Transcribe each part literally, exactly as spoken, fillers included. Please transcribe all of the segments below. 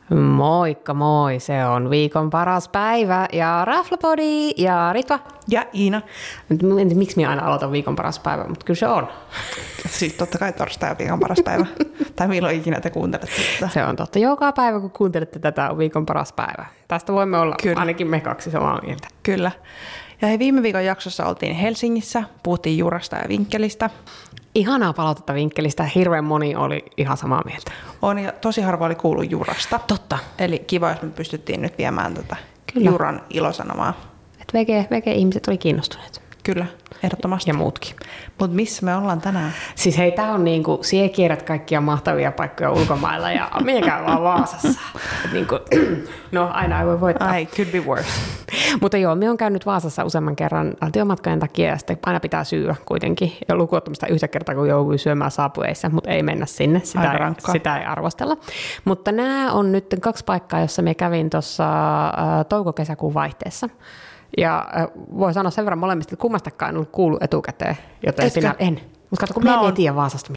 Moikka moi, se on viikon paras päivä ja Raflapodi ja Ritva. Ja Iina. En tiedä, miksi minä aina aloitan viikon paras päivä, mutta kyllä se on. Siis totta kai torstai on viikon paras päivä. Tai milloin ikinä te kuuntelette tätä. Se on totta. Joka päivä kun kuuntelette tätä on viikon paras päivä. Tästä voimme olla kyllä. Ainakin me kaksi samaa mieltä. Kyllä. Ja hei, viime viikon jaksossa oltiin Helsingissä, puhuttiin Jurasta ja Vinkkelistä. Ihanaa palautetta Vinkkelistä. Hirveän moni oli ihan samaa mieltä. On ja tosi harva oli kuullut Jurasta. Totta. Eli kiva, jos me pystyttiin nyt viemään tätä Kyllä. Juran ilosanomaa. Et V G, V G-ihmiset oli kiinnostuneet. Kyllä, ehdottomasti. Ja muutkin. Mutta missä me ollaan tänään? Siis hei, tää on niinku, sie kierrät kaikkia mahtavia paikkoja ulkomailla ja minä käyn vaan Vaasassa. Et niinku, no aina ei voi voittaa. Ai, could be worse. Mutta joo, minä olen käynyt Vaasassa useamman kerran työmatkojen takia ja sitten aina pitää syödä kuitenkin. Ja lukuottamista yhtä kertaa, kun joudui syömään saapueissa, mutta ei mennä sinne. Sitä, ei, sitä ei arvostella. Mutta nämä on nyt kaksi paikkaa, jossa minä kävin tuossa touko-kesäkuun vaihteessa. Ja voi sanoa sen verran molemmista, että kummastakaan en ollut kuullut etukäteen, joten sinä en. Mutta katso, kun minä en tiedä Vaasasta.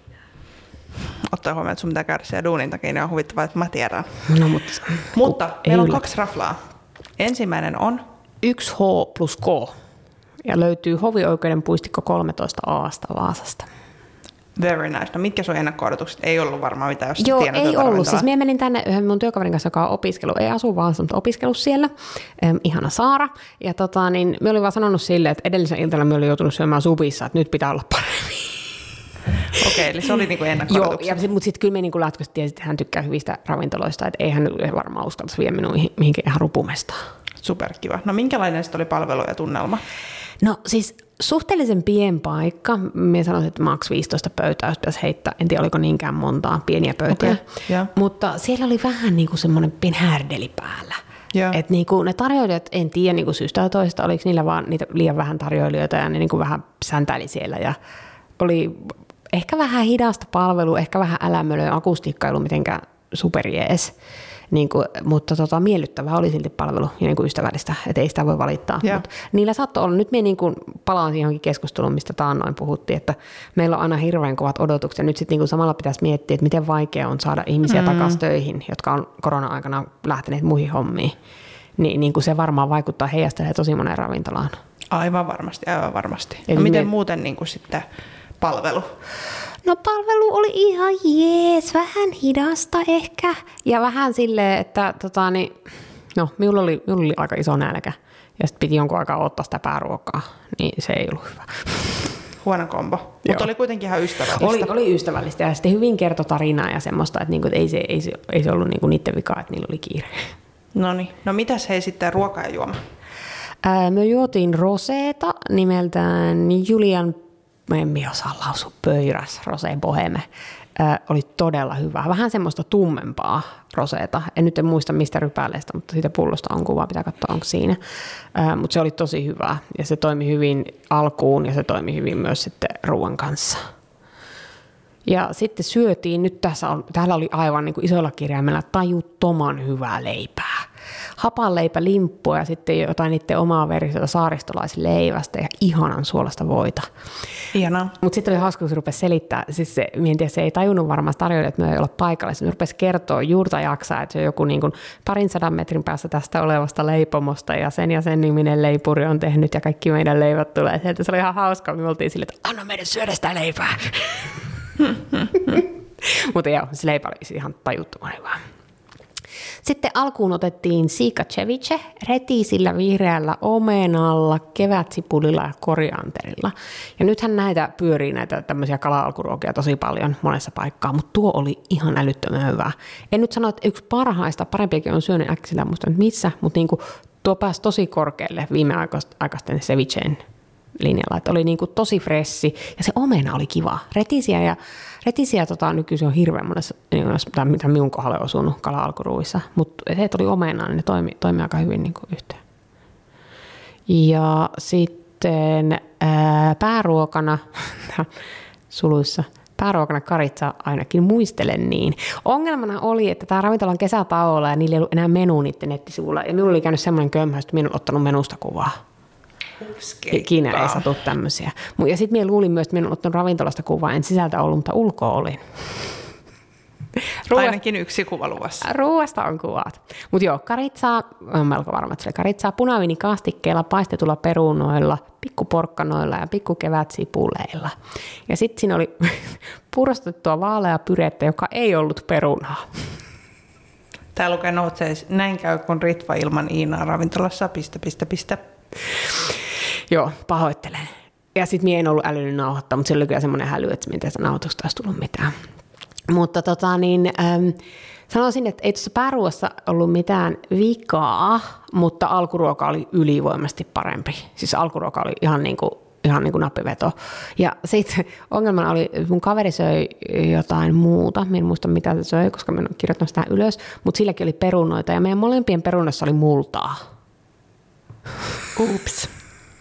Ottaa huomioon, että sun pitää käydä siellä duunin takia, niin on huvittavaa, että mä tiedän. No, mutta mutta meillä on kaksi raflaa. Ensimmäinen on yksi H plus K ja löytyy hovioikeuden puistikko kolmetoista A:sta Vaasasta. Very nice. No mitkä sun ennakko-odotukset? Ei ollut varmaan mitään, jos Joo, tiedät ei ollut. ravintolaa. Siis minä menin tänne yhden mun työkaverin kanssa, joka on opiskellut. Ei asu Vaasassa, mutta opiskellut siellä. Ähm, ihana Saara. Ja tota, niin me olin vaan sanonut silleen, että edellisen iltana me olin joutunut syömään subissa, että nyt pitää olla paremmin. Okei, okay, eli se oli niinku ennakko-odotukset. Joo, mutta sitten kyllä me niin lähtökohtaisesti tiesin, että hän tykkää hyvistä ravintoloista, että ei hän varmaan uskaltaisi viedä minua mihinkin ihan rupumestaan. Superkiva. No minkälainen sitten oli palvelu ja tunnelma? No siis suhteellisen pien paikka. Minä sanoisin, että maks viisitoista pöytää, jos pitäisi heittää. En tiedä, oliko niinkään montaa pieniä pöytiä. Okay, yeah. Mutta siellä oli vähän niin kuin semmoinen pieni härdeli päällä. Yeah. Että niin kuin ne tarjoilijat, en tiedä niin kuin syystä tai toisesta, oliko niillä vaan niitä liian vähän tarjoilijoita ja ne niin kuin vähän säntäili siellä. Ja oli ehkä vähän hidasta palvelua, ehkä vähän älämölöä, akustiikka ei ollut mitenkään superjees. Niin kuin, mutta tota, miellyttävää oli silti palvelu ja niin kuin ystävällistä, että ei sitä voi valittaa. Yeah. Mut niillä saattoi olla, nyt minä niin kuin palaan siihen keskusteluun, mistä taannoin puhuttiin, että meillä on aina hirveän kovat odotukset. Ja nyt sitten niin kuin samalla pitäisi miettiä, että miten vaikea on saada ihmisiä mm. takaisin töihin, jotka on korona-aikana lähteneet muihin hommiin. Niin, niin kuin se varmaan vaikuttaa heijastelee tosi moneen ravintolaan. Aivan varmasti, aivan varmasti. No miten me... muuten niin kuin sitten palvelu? No palvelu oli ihan jees, vähän hidasta ehkä ja vähän silleen, että tota, niin, no, minulla oli, minulla oli aika iso nälkä ja sitten piti jonkun aikaa ottaa sitä pääruokaa, niin se ei ollut hyvä. Huono kombo, mutta oli kuitenkin ihan ystävällistä. Oli, oli ystävällistä ja sitten hyvin kertoi tarinaa ja semmoista, että, niinku, että ei, se, ei, se, ei se ollut niinku niiden vikaa, että niillä oli kiire. Noniin, no mitäs hei sitten ruoka ja juoma? Ää, me juotiin roseeta nimeltään Julian, en osaa lausua, pöyräs, rosé boheme. Äh, oli todella hyvä. Vähän semmoista tummempaa roseeta. En nyt en muista mistä rypäleestä, mutta siitä pullosta on kuva, pitää katsoa onko siinä. Äh, mutta se oli tosi hyvä ja se toimi hyvin alkuun ja se toimi hyvin myös sitten ruoan kanssa. Ja sitten syötiin, nyt tässä on, täällä oli aivan niin kuin isoilla kirjaimella tajuttoman hyvää leipää. Hapanleipä, limppua ja sitten jotain niiden omaa versiota saaristolaisleivästä ja ihanan suolasta voita. Ihanaa. Mutta sitten oli hauska, kun se rupesi selittää, siis se, en tiedä, se ei tajunnut varmaan tarjoilla, että me ei olla paikalla. Se rupesi kertoa juurta jaksaa, että se on joku niin kuin parin sadan metrin päässä tästä olevasta leipomosta ja sen ja sen niminen leipuri on tehnyt ja kaikki meidän leivät tulee sieltä. Se oli ihan hauskaa, me oltiin silleen, että anna meidän syödä sitä leipää. Mutta joo, se leipä oli ihan tajuttoman hyvä. Sitten alkuun otettiin siika ceviche retisillä, vihreällä omenalla, kevätsipulilla ja korianterilla. Ja nythän näitä pyörii näitä tämmöisiä kala-alkuruokia tosi paljon monessa paikkaa, mutta tuo oli ihan älyttömän hyvä. En nyt sano, että yksi parhaista, parempiakin on syönyt äkkiseltä, muista nyt missä, mutta niinku tuo pääsi tosi korkealle viimeaikaisten cevicheen linjalla, että oli niinku tosi fressi ja se omena oli kiva. Retisiä ja retisiä tota, nykyisin on hirveän monessa, tai mitä minun kohdalle on osunut kala-alkuruuissa, mutta se, että oli omena, niin ne toimi, toimi aika hyvin niinku yhteen. Ja sitten ää, pääruokana, suluissa, pääruokana karitsa ainakin muistelen niin. Ongelmana oli, että tämä ravintola on kesätauolla ja niillä ei ollut enää menu niiden nettisivuilla. Ja minulla oli käynyt semmoinen kömhä, että minä olen ottanut menusta kuvaa. Ikinä ei satu tämmöisiä. Ja sitten minä luulin myös, että minä olen ottanut ravintolasta kuvaa. En sisältä ollut, mutta ulkoa olin. Ruoast... Ainakin yksi kuva luvassa. Ruoasta on kuvat. Mutta joo, karitsaa, on melko varma, että se oli karitsaa punaviinikastikkeella, paistetulla perunoilla, pikkuporkkanoilla ja pikkukevätsipuleilla. Ja sitten siinä oli purostettua vaaleaa pyrettä, joka ei ollut perunaa. Tää lukee noutseessa, näin käy kun Ritva ilman Iinaa ravintolassa, pistä, pistä, pistä. Joo, pahoittelen. Ja sitten minä en ollut älynyt nauhoittaa, mutta se oli kyllä semmoinen häly, että miten se nauhoitusta olisi tullut mitään. Mutta tota niin, ähm, sanoisin, että ei tuossa pääruoassa ollut mitään vikaa, mutta alkuruoka oli ylivoimasti parempi. Siis alkuruoka oli ihan niin kuin, ihan niin kuin nappiveto. Ja sitten ongelmana oli, että mun kaveri söi jotain muuta. Minä en muista mitä se söi, koska minä en kirjoittanut sitä ylös. Mutta silläkin oli perunoita ja meidän molempien perunassa oli multaa. Ups.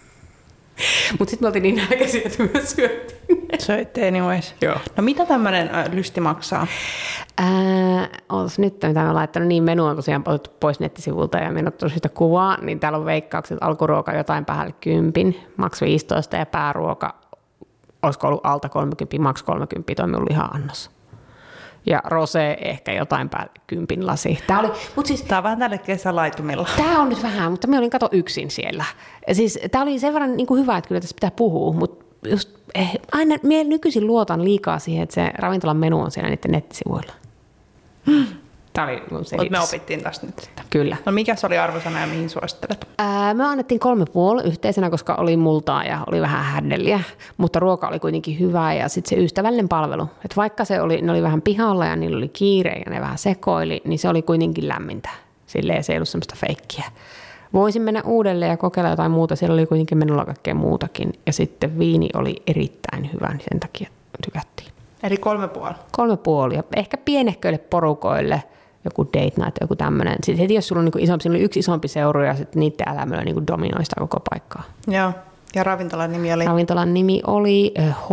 Mutta sitten me oltiin niin nälkäisiä, että me syötiin. Söitte anyways. Joo. No mitä tämmöinen lysti maksaa? Ää, ootas nyt, mitä mä oon laittanut, niin menu on tosiaan otettu pois nettisivulta ja minä oon ottanut sitä kuvaa, niin täällä on veikkaukset, alkuruoka jotain päälle kympin, maks viisitoista ja pääruoka, olisiko ollut alta kolmekymmentä, maks kolmekymmentä, toi minun liha-annos. Ja rosé ehkä jotain päälle kympin lasi. Tää, oli, mut siis, tää on vähän tälle kesälaitumilla. Tää on nyt vähän, mutta minä olin kato yksin siellä. Siis, tää oli sen verran niin kuin hyvä, että kyllä tässä pitää puhua, mutta just, eh, aina minä nykyisin luotan liikaa siihen, että se ravintolan menu on siellä niiden nettisivuilla. Hmm. Tämä oli mun selitys. Me opittiin tästä nyt sitten. Kyllä. No mikä se oli arvosana ja mihin suosittelet? Ää, me annettiin kolme puoli yhteisenä, koska oli multaa ja oli vähän härdeliä, mutta ruoka oli kuitenkin hyvää ja sitten se ystävällinen palvelu. Et vaikka se oli, ne oli vähän pihalla ja niillä oli kiire ja ne vähän sekoili, niin se oli kuitenkin lämmintä. Silleen se ei ollut semmoista feikkiä. Voisin mennä uudelleen ja kokeilla jotain muuta. Siellä oli kuitenkin menulla kaikkea muutakin. Ja sitten viini oli erittäin hyvä, niin sen takia tykättiin. Eli kolme puoli? Kolme puoli. Ja ehkä pienehköille porukoille joku date night, joku tämmöinen. Sitten heti jos sulla on niin isompi, siinä oli yksi isompi seura ja sitten niiden elämä niin dominoi sitä koko paikkaa. Joo. Ja ravintolan nimi oli? Ravintolan nimi oli H,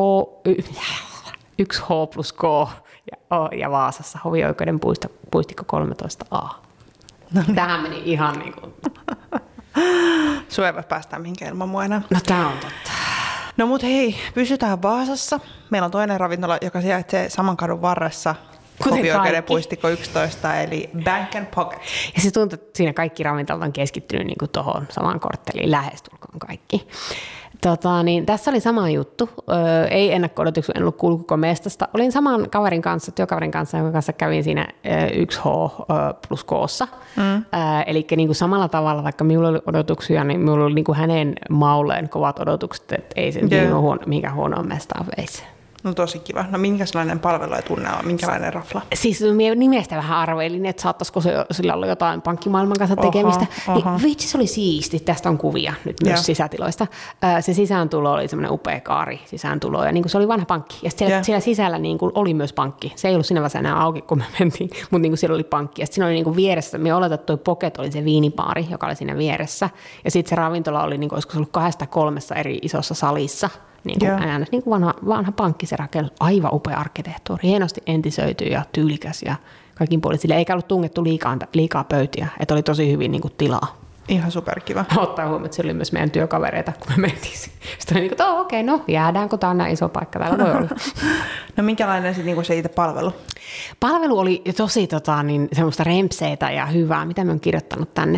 yksi H plus K ja, ja Vaasassa Hovioikeuden puisto, puistikko kolmetoista A. No, tähän meni ihan niin kuin... Sua ei voi päästään mihinkään ilman mua enää. No tää on totta. No mut hei, pysytään Vaasassa. Meillä on toinen ravintola, joka sijaitsee saman kadun varressa. Hovioikeuden puistikko yksitoista, eli Bank and Pocket. Ja se tuntuu, että siinä kaikki ravintolat on keskittynyt niin kuin tuohon samaan kortteliin, lähestulkoon kaikki. Tota, niin tässä oli sama juttu. Öö, ei ennakko-odotuksia, en ollut kuullut koko mestasta. Olin saman kaverin kanssa, työkaverin kanssa, jonka kanssa kävin siinä yksi H plus K:ssa. Mm. Öö, eli niin kuin samalla tavalla, vaikka minulla oli odotuksia, niin minulla oli niin kuin hänen maulleen kovat odotukset, että ei se yeah. huono, mihinkään huonoon mestaan veisi. No tosi kiva. No minkälainen palvelu ja tunne on? Minkälainen rafla? Siis nimestä vähän arveilin, että saattaisiko se, sillä olla jotain pankkimaailman kanssa tekemistä. Oho, oho. Niin, vitsi, se oli siisti. Tästä on kuvia nyt myös ja. sisätiloista. Se sisääntulo oli semmoinen upea kaari sisääntulo. Ja niin kuin se oli vanha pankki. Ja siellä, siellä sisällä niin kuin oli myös pankki. Se ei ollut siinä vaiheessa enää auki, kun me mentiin. Mutta niin kuin siellä oli pankki. Ja siinä oli niin kuin vieressä. Me oletettu, että tuo Pocket oli se viinipaari, joka oli siinä vieressä. Ja sitten se ravintola oli, niin kuin, olisiko se ollut kahdesta kolmessa eri isossa salissa. Niin kuin, äänes, niin kuin vanha, vanha pankki se rakennus, aivan upea arkkitehtuuri, hienosti entisöity ja tyylikäs ja kaikin puolin. Sille eikä ollut tungettu liikaa, liikaa pöytiä, että oli tosi hyvin niin kuin, tilaa. Ihan superkiva. Ottaa huomioon, että se oli myös meidän työkavereita, kun me mentiin. Sitten oli niin kuin, että okei, okay, no jäädään, kun tämä on näin iso paikka, täällä voi olla. No minkälainen sit, niin kuin se itse palvelu? Palvelu oli tosi tota, niin, semmoista rempseitä ja hyvää, mitä me on kirjoittanut tänne.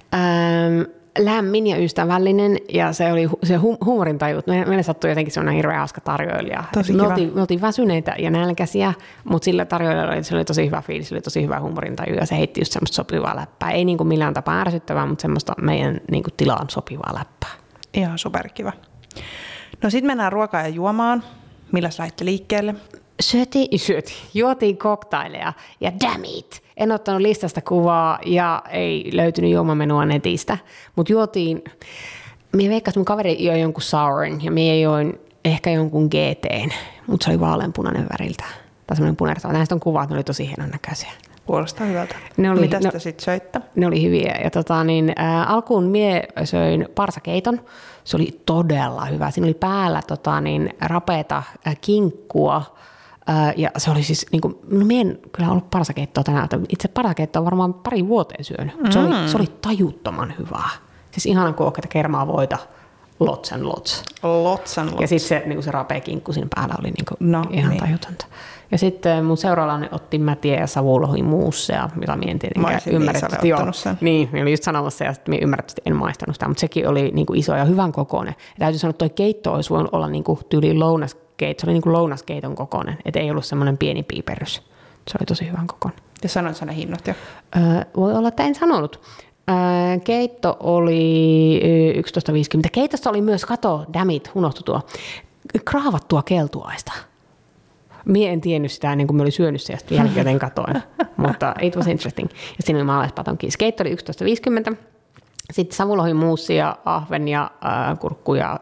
Öm, lämmin ja ystävällinen, ja se oli se hu- huumorintaju. Meille sattui jotenkin sellainen hirveän hauska tarjoilija. Me oltiin, me oltiin väsyneitä ja nälkäisiä, mutta sillä tarjoilijalla oli, se oli tosi hyvä fiilis, se oli tosi hyvä huumorintaju, ja se heitti just semmoista sopivaa läppää. Ei niin kuin millään tapaa ärsyttävää, mutta semmoista meidän niin kuin tilaan sopivaa läppää. Ihan superkiva. No sitten mennään ruokaan ja juomaan. Milläs lähditte liikkeelle? Syötiin, syötiin, juotiin koktaileja ja damn it, en ottanut listasta kuvaa ja ei löytynyt juomamenua netistä, mutta juotiin, minä veikkaan, että mun kaveri joi jonkun sourin ja minä join ehkä jonkun G T:n, mutta se oli vaaleanpunainen väriltä, tai semmoinen punertava. Näistä on kuvat, ne oli tosi hienon näköisiä. Kuulostaa hyvältä. Oli, Mitä no, sitä sitten söitte? Ne oli hyviä. Ja tota, niin, ä, alkuun mie söin parsakeiton. Se oli todella hyvä. Siinä oli päällä tota, niin, rapeata ä, kinkkua. Ä, ja se oli siis, niin kuin, no mie en kyllä ollut parsakeittoa tänään. Itse parsakeittoa on varmaan pari vuoteen syönyt. Mm. Se, oli, se oli tajuttoman hyvää. Siis ihana kuokkaita kermaa voita. Lots and lots. Lots and lots. Ja sitten se, niin se rapea kinkku siinä päällä oli niin kuin, no, ihan niin. tajutonta. Ja sitten mun seuraavana otti Mätiä ja Savulohi muussea, mitä minä en tietenkään ymmärretty. Niin, minä olin just sanomassa ja sitten minä ymmärrettävästi en maistanut sitä, mutta sekin oli niin kuin iso ja hyvän kokoinen. Ja täytyy sanoa, että tuo keitto olisi voinut olla niin kuin tyyliin lounaskeitto, se oli niin kuin lounaskeiton kokoinen, että ei ollut semmoinen pieni piiperys. Se oli tosi hyvän kokoinen. Ja sanoit sä ne hinnat jo? Öö, voi olla, että en sanonut. Öö, keitto oli yksitoista viisikymmentä. Keitossa oli myös, kato, dammit, unohtui tuo, kraavattua keltuaista. Mie en tiennyt sitä ennen kuin me oli syönyt se ja sitten jälkikäteen katoin, mutta it was interesting. Ja siinä oli maalaispatonkin. Keitto oli yksitoista viisikymmentä. Sitten savulohi muussi ja ahven ja äh, kurkku ja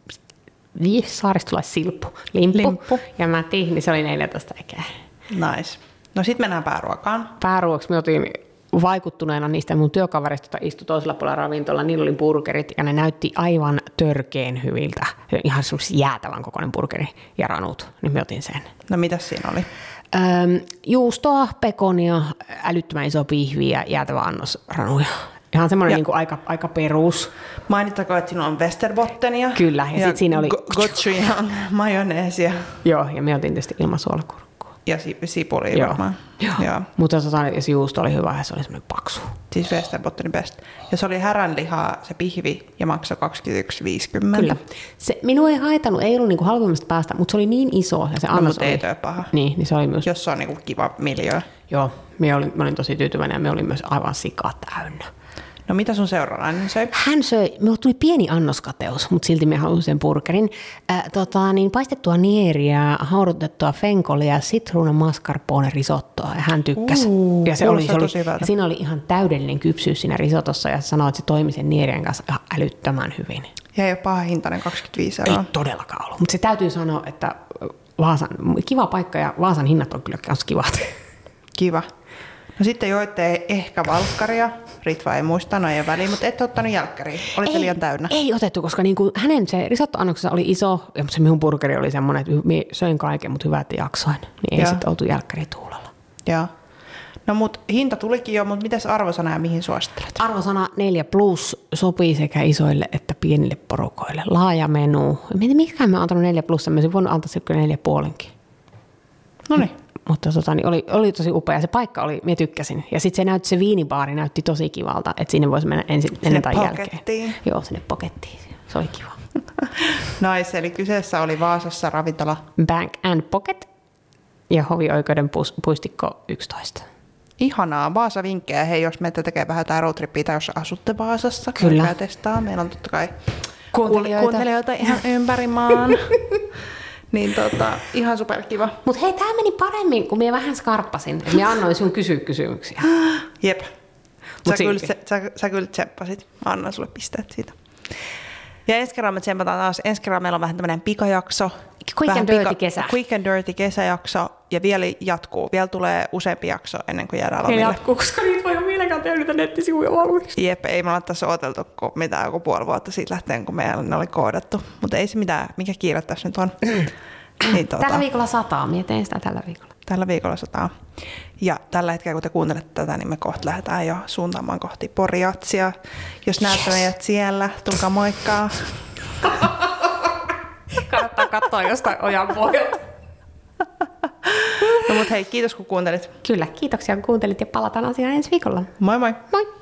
saaristolaissilppu, limppu. limppu. Ja Mäti, niin se oli neljätoista ekää. Nice. No sitten mennään pääruokaan. Pääruoksi me otin vaikuttuneena niistä mun työkaverista, jotka istui toisella puolella ravintolla, niillä oli burgerit ja ne näytti aivan törkeen hyviltä. Ihan semmoinen jäätävän kokoinen burgeri ja ranut, niin me otin sen. No mitäs siinä oli? Öm, juustoa, pekonia, älyttömän iso pihvi ja jäätävä annos ranuja. Ihan semmoinen niin kuin aika, aika perus. Mainittako, että siinä on Westerbottenia. Kyllä, ja, ja sitten siinä oli gochujang, majoneesia. Joo, ja me otin tietysti ilman suolakurkkua. Ja sipuli varmaan. Joo. Joo. Mutta tota, se juusto oli hyvä ja se oli semmoinen paksu. Siis Westerbotteni best. Ja se oli häränlihaa, se pihvi, ja maksoi kaksikymmentäyksi viisikymmentä. Kyllä. Se, minua ei haitanut, ei ollut niinku halvimmasta päästä, mutta se oli niin iso. Ja se no, annos ei oli, töö paha. Niin, niin se oli myös. Jos se on niinku kiva miljöö. Joo, minä olin, olin tosi tyytyväinen ja me olin myös aivan sikaa täynnä. No mitä sun seuraavainen söi? Hän söi, minulle tuli pieni annoskateus, mutta silti minä halusin sen burgerin. Äh, tota, niin paistettua nieriä, haudutettua fenkolia, sitruuna mascarpone risottoa ja hän tykkäsi. Uh, ja se oli, se oli, ja siinä oli ihan täydellinen kypsyys siinä risotossa ja sanoi, että se toimi sen nierien kanssa ihan älyttömän hyvin. Ja ei ole paha hintainen kaksikymmentäviisi euroa. Ei todellakaan ollut, mutta se täytyy sanoa, että Vaasan, kiva paikka ja Vaasan hinnat on kyllä myös kivat. Kiva. No sitten joitte ehkä valkkaria. Ritva ei muista, no ei väliin, mutta ette ottanut jälkkäriä. Olit se liian täynnä? Ei otettu, koska niinku hänen se risottoannoksessa oli iso, ja se minun burgeri oli semmoinen, että minä söin kaiken, mutta hyvä, että jaksoin. Niin ei sitten oltu jälkkäriä tuulella. Joo. No mutta hinta tulikin jo, mutta mitäs arvosana ja mihin suosittelet? Arvosana neljä plus sopii sekä isoille että pienille porukoille. Laaja menu. Mietin, mikä mä oon antanut neljä plus, mä olisin voinut antaa se kyllä neljä puolenkin. Noniin. Mutta tota, niin oli, oli tosi upea. Se paikka oli, minä tykkäsin. Ja sitten se näytti, se viinibaari näytti tosi kivalta, että sinne voisi mennä ensin, ennen tai pokettiin. Jälkeen. Joo, sinne pokettiin. Se oli kiva. Nice, eli kyseessä oli Vaasassa ravintola Bank and Pocket ja hovioikeuden puistikko yksitoista. Ihanaa. Vaasa-vinkkejä. Hei, jos meitä tekee vähän jotain roadtrippia tai jos asutte Vaasassa, kyllä. Testaa. Meillä on totta kai kuuntelijoita, kuuntelijoita ihan ympäri maan. Niin tota, ihan superkiva. Mut hei, tää meni paremmin, kun minä vähän skarppasin. Että minä annoin sun kysyä kysymyksiä. Jep. Sä kyllä, sä, sä, sä kyllä tsemppasit. Mä annan sulle pisteet siitä. Ja ensi kerralla me tsempataan taas. Ensi kerralla meillä on vähän tämmönen pikajakso. Quick and dirty kesä. Quick and dirty kesäjakso. Ja vielä jatkuu. Vielä tulee useampi jakso ennen kuin jäädään lomille. Ja jatkuu, koska niitä voi vieläkään tehdä niitä nettisivuja valmiiksi. Jep, ei me olla tässä odoteltu mitään joku puoli vuotta siitä lähtien, kun meillä ne oli koodattu. Mutta ei se mitään, mikä kiire tässä nyt on. Niin, tuota, tällä viikolla sataa, minä teen sitä tällä viikolla. Tällä viikolla sataa. Ja tällä hetkellä, kun te kuuntelette tätä, niin me kohta lähdetään jo suuntaamaan kohti Poriatsia. Jos näette yes. meidät siellä, tulkaa moikkaa. Kannattaa katsoa jostain ojan pohjalta. No mut hei, kiitos kun kuuntelit. Kyllä, kiitoksia kun kuuntelit ja palataan asiaan ensi viikolla. Moi moi. Moi.